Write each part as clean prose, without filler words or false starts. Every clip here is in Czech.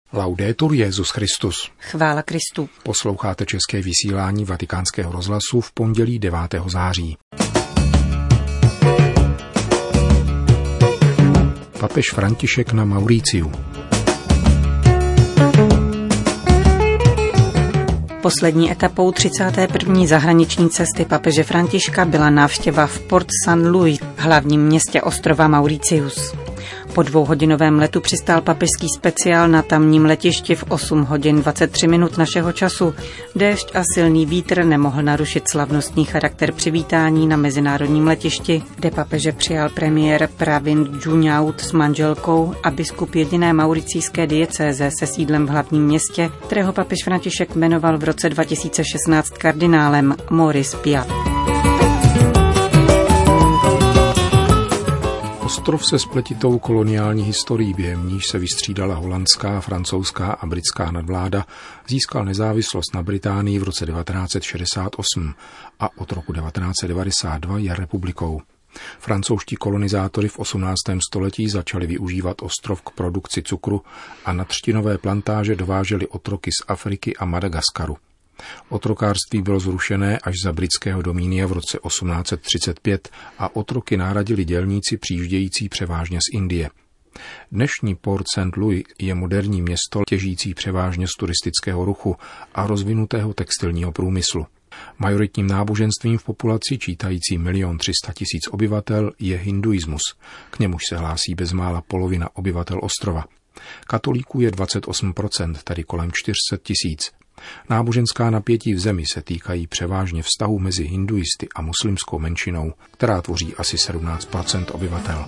Laudetur Jesus Christus. Chvála Kristu. Posloucháte české vysílání Vatikánského rozhlasu v pondělí 9. září. Papež František na Mauriciu. Poslední etapou 31. zahraniční cesty papeže Františka byla návštěva v Port St. Louis, hlavním městě ostrova Mauricius. Po 2hodinovém letu přistál papežský speciál na tamním letišti v 8 hodin 23 minut našeho času. Déšť a silný vítr nemohl narušit slavnostní charakter přivítání na mezinárodním letišti, kde papeže přijal premiér Pravind Jugnauth s manželkou a biskup jediné mauricijské diecéze se sídlem v hlavním městě, kterého papež František jmenoval v roce 2016 kardinálem Maurice Piat. Ostrov se spletitou koloniální historií, během níž se vystřídala holandská, francouzská a britská nadvláda, získal nezávislost na Británii v roce 1968 a od roku 1992 je republikou. Francouzští kolonizátoři v 18. století začali využívat ostrov k produkci cukru a na třtinové plantáže dováželi otroky z Afriky a Madagaskaru. Otrokářství bylo zrušené až za britského domínia v roce 1835 a otroky nahradili dělníci přijíždějící převážně z Indie. Dnešní Port St. Louis je moderní město těžící převážně z turistického ruchu a rozvinutého textilního průmyslu. Majoritním náboženstvím v populaci čítající 1 300 000 obyvatel je hinduismus, k němuž se hlásí bezmála polovina obyvatel ostrova. Katolíků je 28%, tedy kolem 400 000. Náboženská napětí v zemi se týkají převážně vztahu mezi hinduisty a muslimskou menšinou, která tvoří asi 17% obyvatel.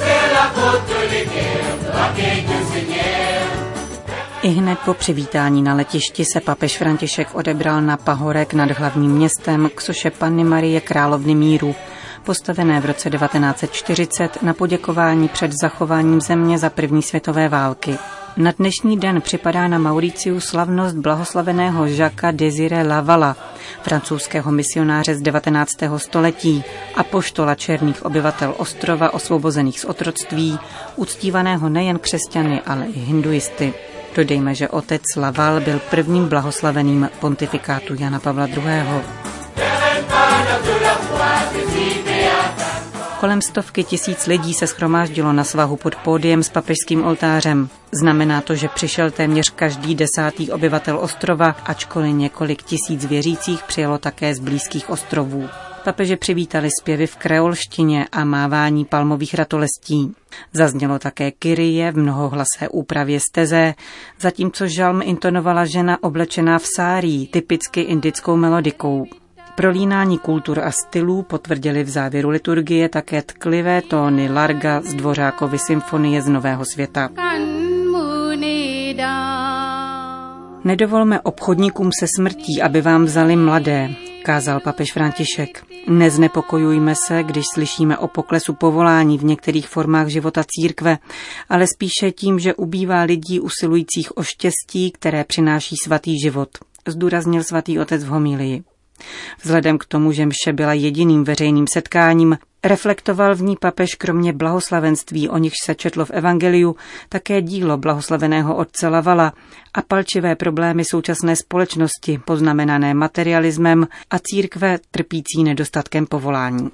Ihned po přivítání na letišti se papež František odebral na pahorek nad hlavním městem k soše Panny Marie Královny míru, postavené v roce 1940 na poděkování před zachováním země za první světové války. Na dnešní den připadá na Mauriciu slavnost blahoslaveného Jacquesa Désiré Lavala, francouzského misionáře z 19. století, apoštola černých obyvatel ostrova osvobozených z otroctví, uctívaného nejen křesťany, ale i hinduisty. Dodejme, že otec Laval byl prvním blahoslaveným pontifikátu Jana Pavla II. Kolem 100 000 lidí se shromáždilo na svahu pod pódiem s papežským oltářem. Znamená to, že přišel téměř každý 10. obyvatel ostrova, ačkoliv několik tisíc věřících přijelo také z blízkých ostrovů. Papeže přivítali zpěvy v kreolštině a mávání palmových ratolestí. Zaznělo také kyrie v mnohohlasé úpravě steze, zatímco žalm intonovala žena oblečená v sárí, typicky indickou melodikou. Prolínání kultur a stylů potvrdili v závěru liturgie také tklivé tóny Larga z Dvořákovy symfonie z Nového světa. Nedovolme obchodníkům se smrtí, aby vám vzali mladé, kázal papež František. Neznepokojujme se, když slyšíme o poklesu povolání v některých formách života církve, ale spíše tím, že ubývá lidí usilujících o štěstí, které přináší svatý život, zdůraznil svatý otec v homílii. Vzhledem k tomu, že mše byla jediným veřejným setkáním, reflektoval v ní papež kromě blahoslavenství, o nichž se četlo v evangeliu, také dílo blahoslaveného otce Lavala a palčivé problémy současné společnosti, poznamenané materialismem a církve trpící nedostatkem povolání.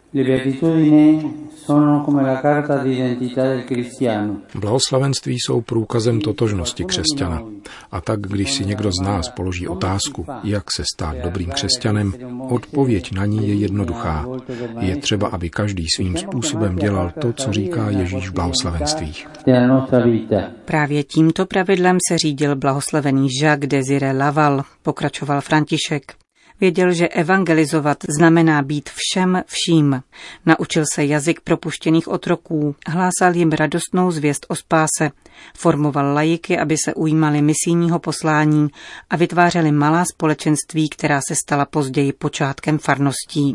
Blahoslavenství jsou průkazem totožnosti křesťana. A tak, když si někdo z nás položí otázku, jak se stát dobrým křesťanem, odpověď na ní je jednoduchá. Je třeba, aby každý svým způsobem dělal to, co říká Ježíš v blahoslavenstvích. Právě tímto pravidlem se řídil blahoslavený Jacques Désiré Laval, pokračoval František. Věděl, že evangelizovat znamená být všem vším. Naučil se jazyk propuštěných otroků, hlásal jim radostnou zvěst o spáse, formoval laiky, aby se ujímali misijního poslání a vytvářeli malá společenství, která se stala později počátkem farností.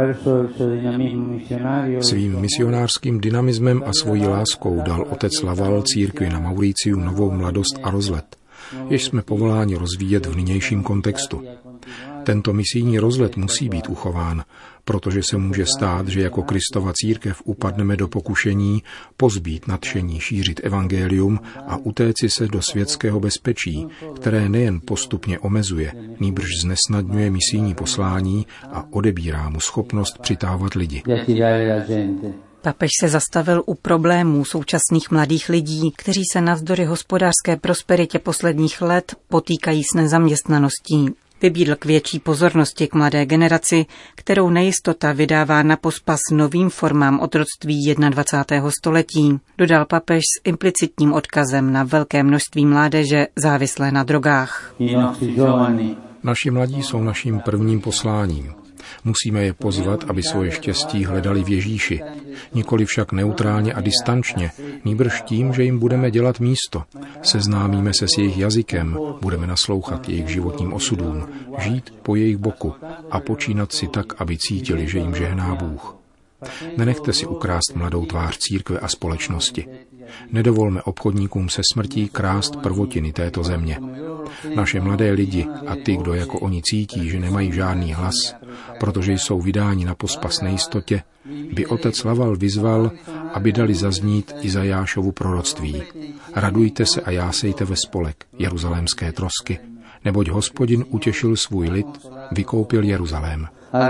Svým misionářským dynamismem a svojí láskou dal otec Laval církvi na Mauriciu novou mladost a rozlet, jež jsme povoláni rozvíjet v nynějším kontextu. Tento misijní rozlet musí být uchován, protože se může stát, že jako Kristova církev upadneme do pokušení pozbít nadšení šířit evangelium a utéci se do světského bezpečí, které nejen postupně omezuje, nýbrž znesnadňuje misijní poslání a odebírá mu schopnost přitávat lidi. Papež se zastavil u problémů současných mladých lidí, kteří se navzdory hospodářské prosperitě posledních let potýkají s nezaměstnaností. Vybídl k větší pozornosti k mladé generaci, kterou nejistota vydává na pospas novým formám otroctví 21. století, dodal papež s implicitním odkazem na velké množství mládeže závislé na drogách. Naši mladí jsou naším prvním posláním. Musíme je pozvat, aby svoje štěstí hledali v Ježíši. Nikoli však neutrálně a distančně, nýbrž tím, že jim budeme dělat místo. Seznámíme se s jejich jazykem, budeme naslouchat jejich životním osudům, žít po jejich boku a počínat si tak, aby cítili, že jim žehná Bůh. Nenechte si ukrást mladou tvář církve a společnosti. Nedovolme obchodníkům se smrtí krást prvotiny této země. Naše mladé lidi a ty, kdo jako oni cítí, že nemají žádný hlas, protože jsou vydáni na pospas nejistotě, by otec Laval vyzval, aby dali zaznít Izajášovu proroctví. Radujte se a jásejte ve spolek, jeruzalémské trosky, neboť Hospodin utěšil svůj lid, vykoupil Jeruzalém.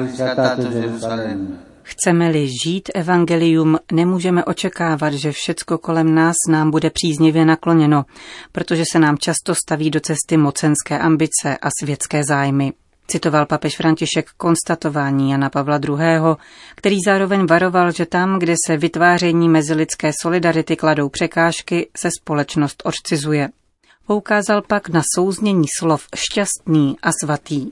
Chceme-li žít evangelium, nemůžeme očekávat, že všecko kolem nás nám bude příznivě nakloněno, protože se nám často staví do cesty mocenské ambice a světské zájmy. Citoval papež František konstatování Jana Pavla II., který zároveň varoval, že tam, kde se vytváření mezilidské solidarity kladou překážky, se společnost odcizuje. Poukázal pak na souznění slov šťastný a svatý.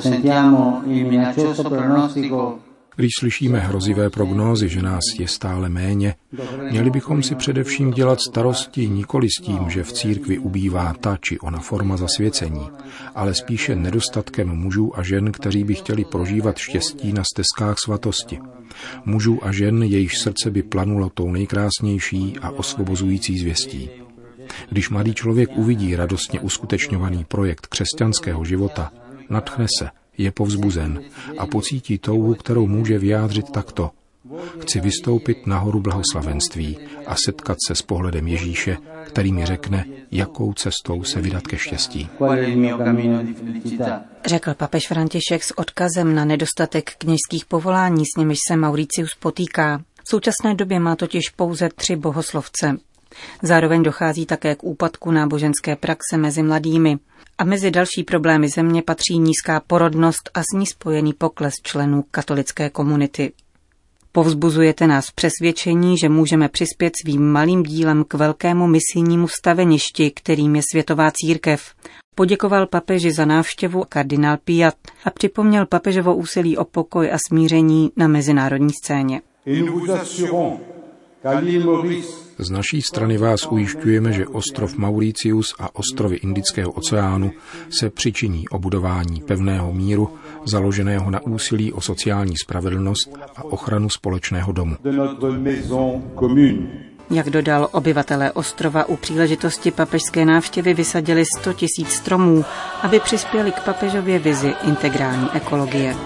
Když slyšíme hrozivé prognózy, že nás je stále méně, měli bychom si především dělat starosti nikoli s tím, že v církvi ubývá ta či ona forma zasvěcení, ale spíše nedostatkem mužů a žen, kteří by chtěli prožívat štěstí na stezkách svatosti. Mužů a žen, jejichž srdce by planulo tou nejkrásnější a osvobozující zvěstí. Když mladý člověk uvidí radostně uskutečňovaný projekt křesťanského života, nadchne se, je povzbuzen a pocítí touhu, kterou může vyjádřit takto. Chci vystoupit na horu blahoslavenství a setkat se s pohledem Ježíše, který mi řekne, jakou cestou se vydat ke štěstí. Řekl papež František s odkazem na nedostatek kněžských povolání, s nimiž se Mauricius potýká. V současné době má totiž pouze 3 bohoslovce. Zároveň dochází také k úpadku náboženské praxe mezi mladými. A mezi další problémy země patří nízká porodnost a s ní spojený pokles členů katolické komunity. Povzbuzujete nás v přesvědčení, že můžeme přispět svým malým dílem k velkému misijnímu staveništi, kterým je světová církev. Poděkoval papeži za návštěvu kardinál Piat a připomněl papežovo úsilí o pokoj a smíření na mezinárodní scéně. Z naší strany vás ujišťujeme, že ostrov Mauricius a ostrovy Indického oceánu se přičiní o budování pevného míru, založeného na úsilí o sociální spravedlnost a ochranu společného domu. Jak dodal, obyvatelé ostrova u příležitosti papežské návštěvy vysadili 100 000 stromů, aby přispěli k papežově vizi integrální ekologie.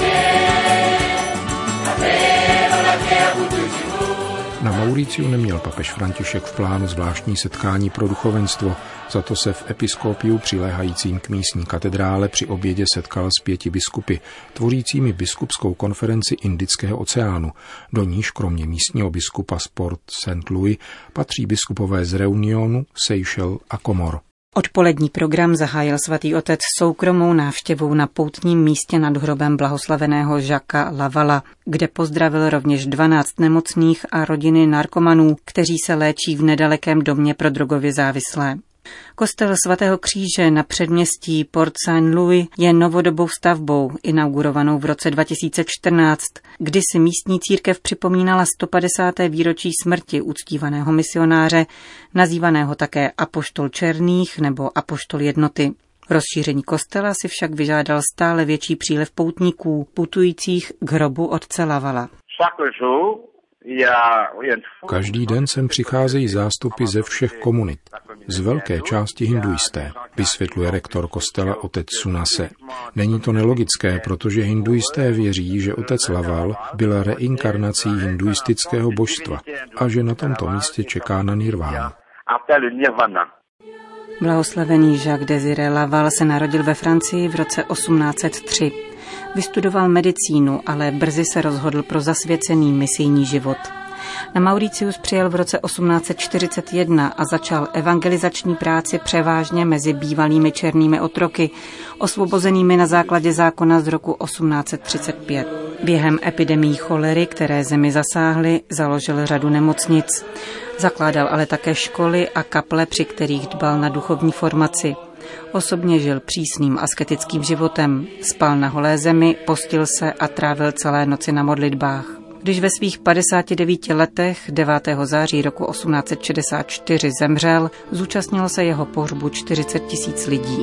Na Mauriciu neměl papež František v plánu zvláštní setkání pro duchovenstvo, za to se v episkopiu přiléhajícím k místní katedrále při obědě setkal s 5 biskupy, tvořícími biskupskou konferenci Indického oceánu, do níž kromě místního biskupa z Port St. Louis patří biskupové z Reunionu, Seychelles a Komor. Odpolední program zahájil svatý otec soukromou návštěvou na poutním místě nad hrobem blahoslaveného Jacquesa Lavala, kde pozdravil rovněž 12 nemocných a rodiny narkomanů, kteří se léčí v nedalekém domě pro drogově závislé. Kostel svatého kříže na předměstí Port St. Louis je novodobou stavbou, inaugurovanou v roce 2014, kdy si místní církev připomínala 150. výročí smrti uctívaného misionáře, nazývaného také apoštol černých nebo apoštol jednoty. Rozšíření kostela si však vyžádal stále větší příliv poutníků, putujících k hrobu otce Lavala. Každý den sem přicházejí zástupy ze všech komunit, z velké části hinduisté, vysvětluje rektor kostela otec Sunase. Není to nelogické, protože hinduisté věří, že otec Laval byl reinkarnací hinduistického božstva a že na tomto místě čeká na nirvánu. Blahoslavený Jacques Désiré Laval se narodil ve Francii v roce 1803. Vystudoval medicínu, ale brzy se rozhodl pro zasvěcený misijní život. Na Mauritius přijel v roce 1841 a začal evangelizační práci převážně mezi bývalými černými otroky, osvobozenými na základě zákona z roku 1835. Během epidemií cholery, které zemi zasáhly, založil řadu nemocnic. Zakládal ale také školy a kaple, při kterých dbal na duchovní formaci. Osobně žil přísným asketickým životem, spal na holé zemi, postil se a trávil celé noci na modlitbách. Když ve svých 59 letech 9. září roku 1864 zemřel, zúčastnilo se jeho pohřbu 40 000 lidí.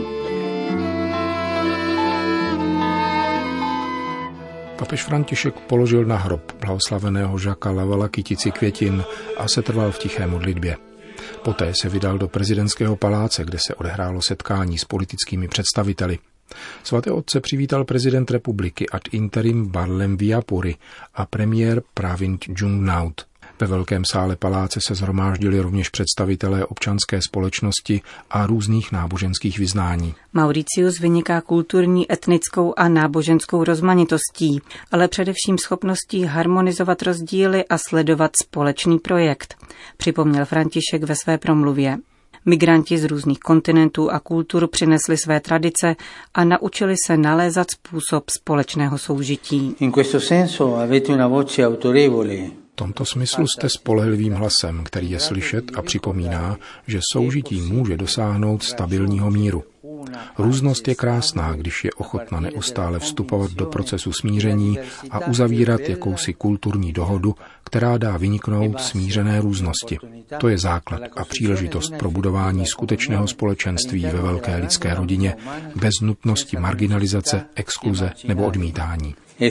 Papež František položil na hrob blahoslaveného Jacquesa Lavala kytici květin a setrval v tiché modlitbě. Poté se vydal do prezidentského paláce, kde se odehrálo setkání s politickými představiteli. Svaté otce přivítal prezident republiky ad interim Barlem Viapuri a premiér Pravind Jugnauth. Ve velkém sále paláce se shromáždili rovněž představitelé občanské společnosti a různých náboženských vyznání. Mauritius vyniká kulturní, etnickou a náboženskou rozmanitostí, ale především schopností harmonizovat rozdíly a sledovat společný projekt, připomněl František ve své promluvě. Migranti z různých kontinentů a kultur přinesli své tradice a naučili se nalézat způsob společného soužití. V tomto smyslu jste spolehlivým hlasem, který je slyšet a připomíná, že soužití může dosáhnout stabilního míru. Různost je krásná, když je ochotna neustále vstupovat do procesu smíření a uzavírat jakousi kulturní dohodu, která dá vyniknout smířené různosti. To je základ a příležitost pro budování skutečného společenství ve velké lidské rodině, bez nutnosti marginalizace, exkluze nebo odmítání.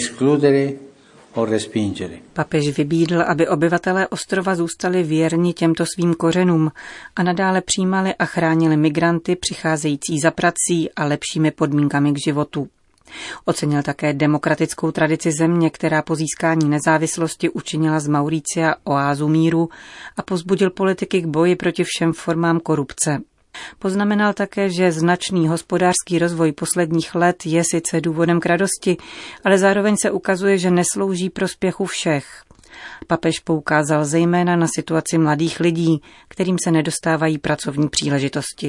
Papež vybídl, aby obyvatelé ostrova zůstali věrni těmto svým kořenům a nadále přijímali a chránili migranty přicházející za prací a lepšími podmínkami k životu. Ocenil také demokratickou tradici země, která po získání nezávislosti učinila z Mauricia oázu míru a povzbudil politiky k boji proti všem formám korupce. Poznamenal také, že značný hospodářský rozvoj posledních let je sice důvodem k radosti, ale zároveň se ukazuje, že neslouží prospěchu všech. Papež poukázal zejména na situaci mladých lidí, kterým se nedostávají pracovní příležitosti.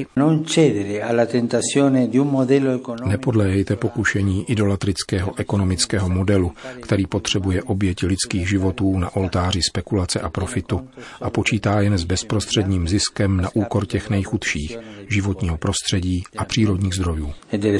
Nepodléhejte pokušení idolatrického ekonomického modelu, který potřebuje oběti lidských životů na oltáři spekulace a profitu a počítá jen s bezprostředním ziskem na úkor těch nejchudších, životního prostředí a přírodních zdrojů.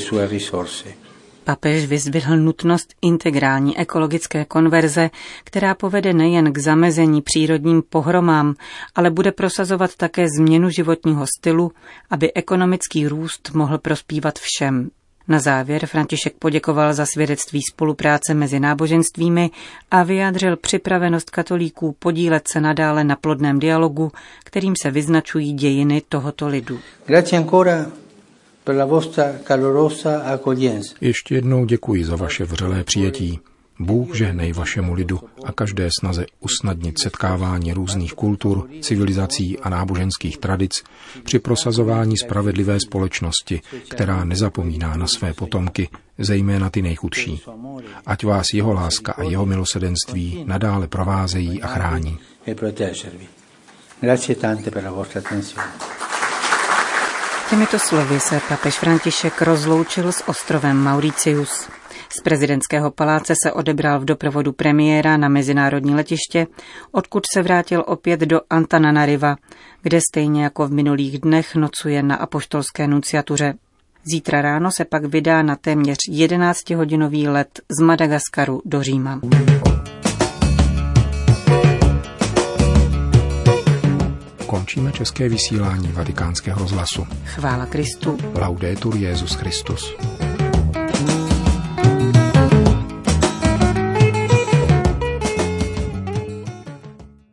Papež vyzdvihl nutnost integrální ekologické konverze, která povede nejen k zamezení přírodním pohromám, ale bude prosazovat také změnu životního stylu, aby ekonomický růst mohl prospívat všem. Na závěr František poděkoval za svědectví spolupráce mezi náboženstvími a vyjádřil připravenost katolíků podílet se nadále na plodném dialogu, kterým se vyznačují dějiny tohoto lidu. Ještě jednou děkuji za vaše vřelé přijetí. Bůh žehnej vašemu lidu a každé snaze usnadnit setkávání různých kultur, civilizací a náboženských tradic při prosazování spravedlivé společnosti, která nezapomíná na své potomky, zejména ty nejchudší. Ať vás jeho láska a jeho milosrdenství nadále provázejí a chrání. Těmito slovy se papež František rozloučil s ostrovem Mauritius. Z prezidentského paláce se odebral v doprovodu premiéra na mezinárodní letiště, odkud se vrátil opět do Antananariva, kde stejně jako v minulých dnech nocuje na apoštolské nunciatuře. Zítra ráno se pak vydá na téměř 11hodinový let z Madagaskaru do Říma. Končíme české vysílání Vatikánského rozhlasu. Chvála Kristu. Laudetur Jesus Christus.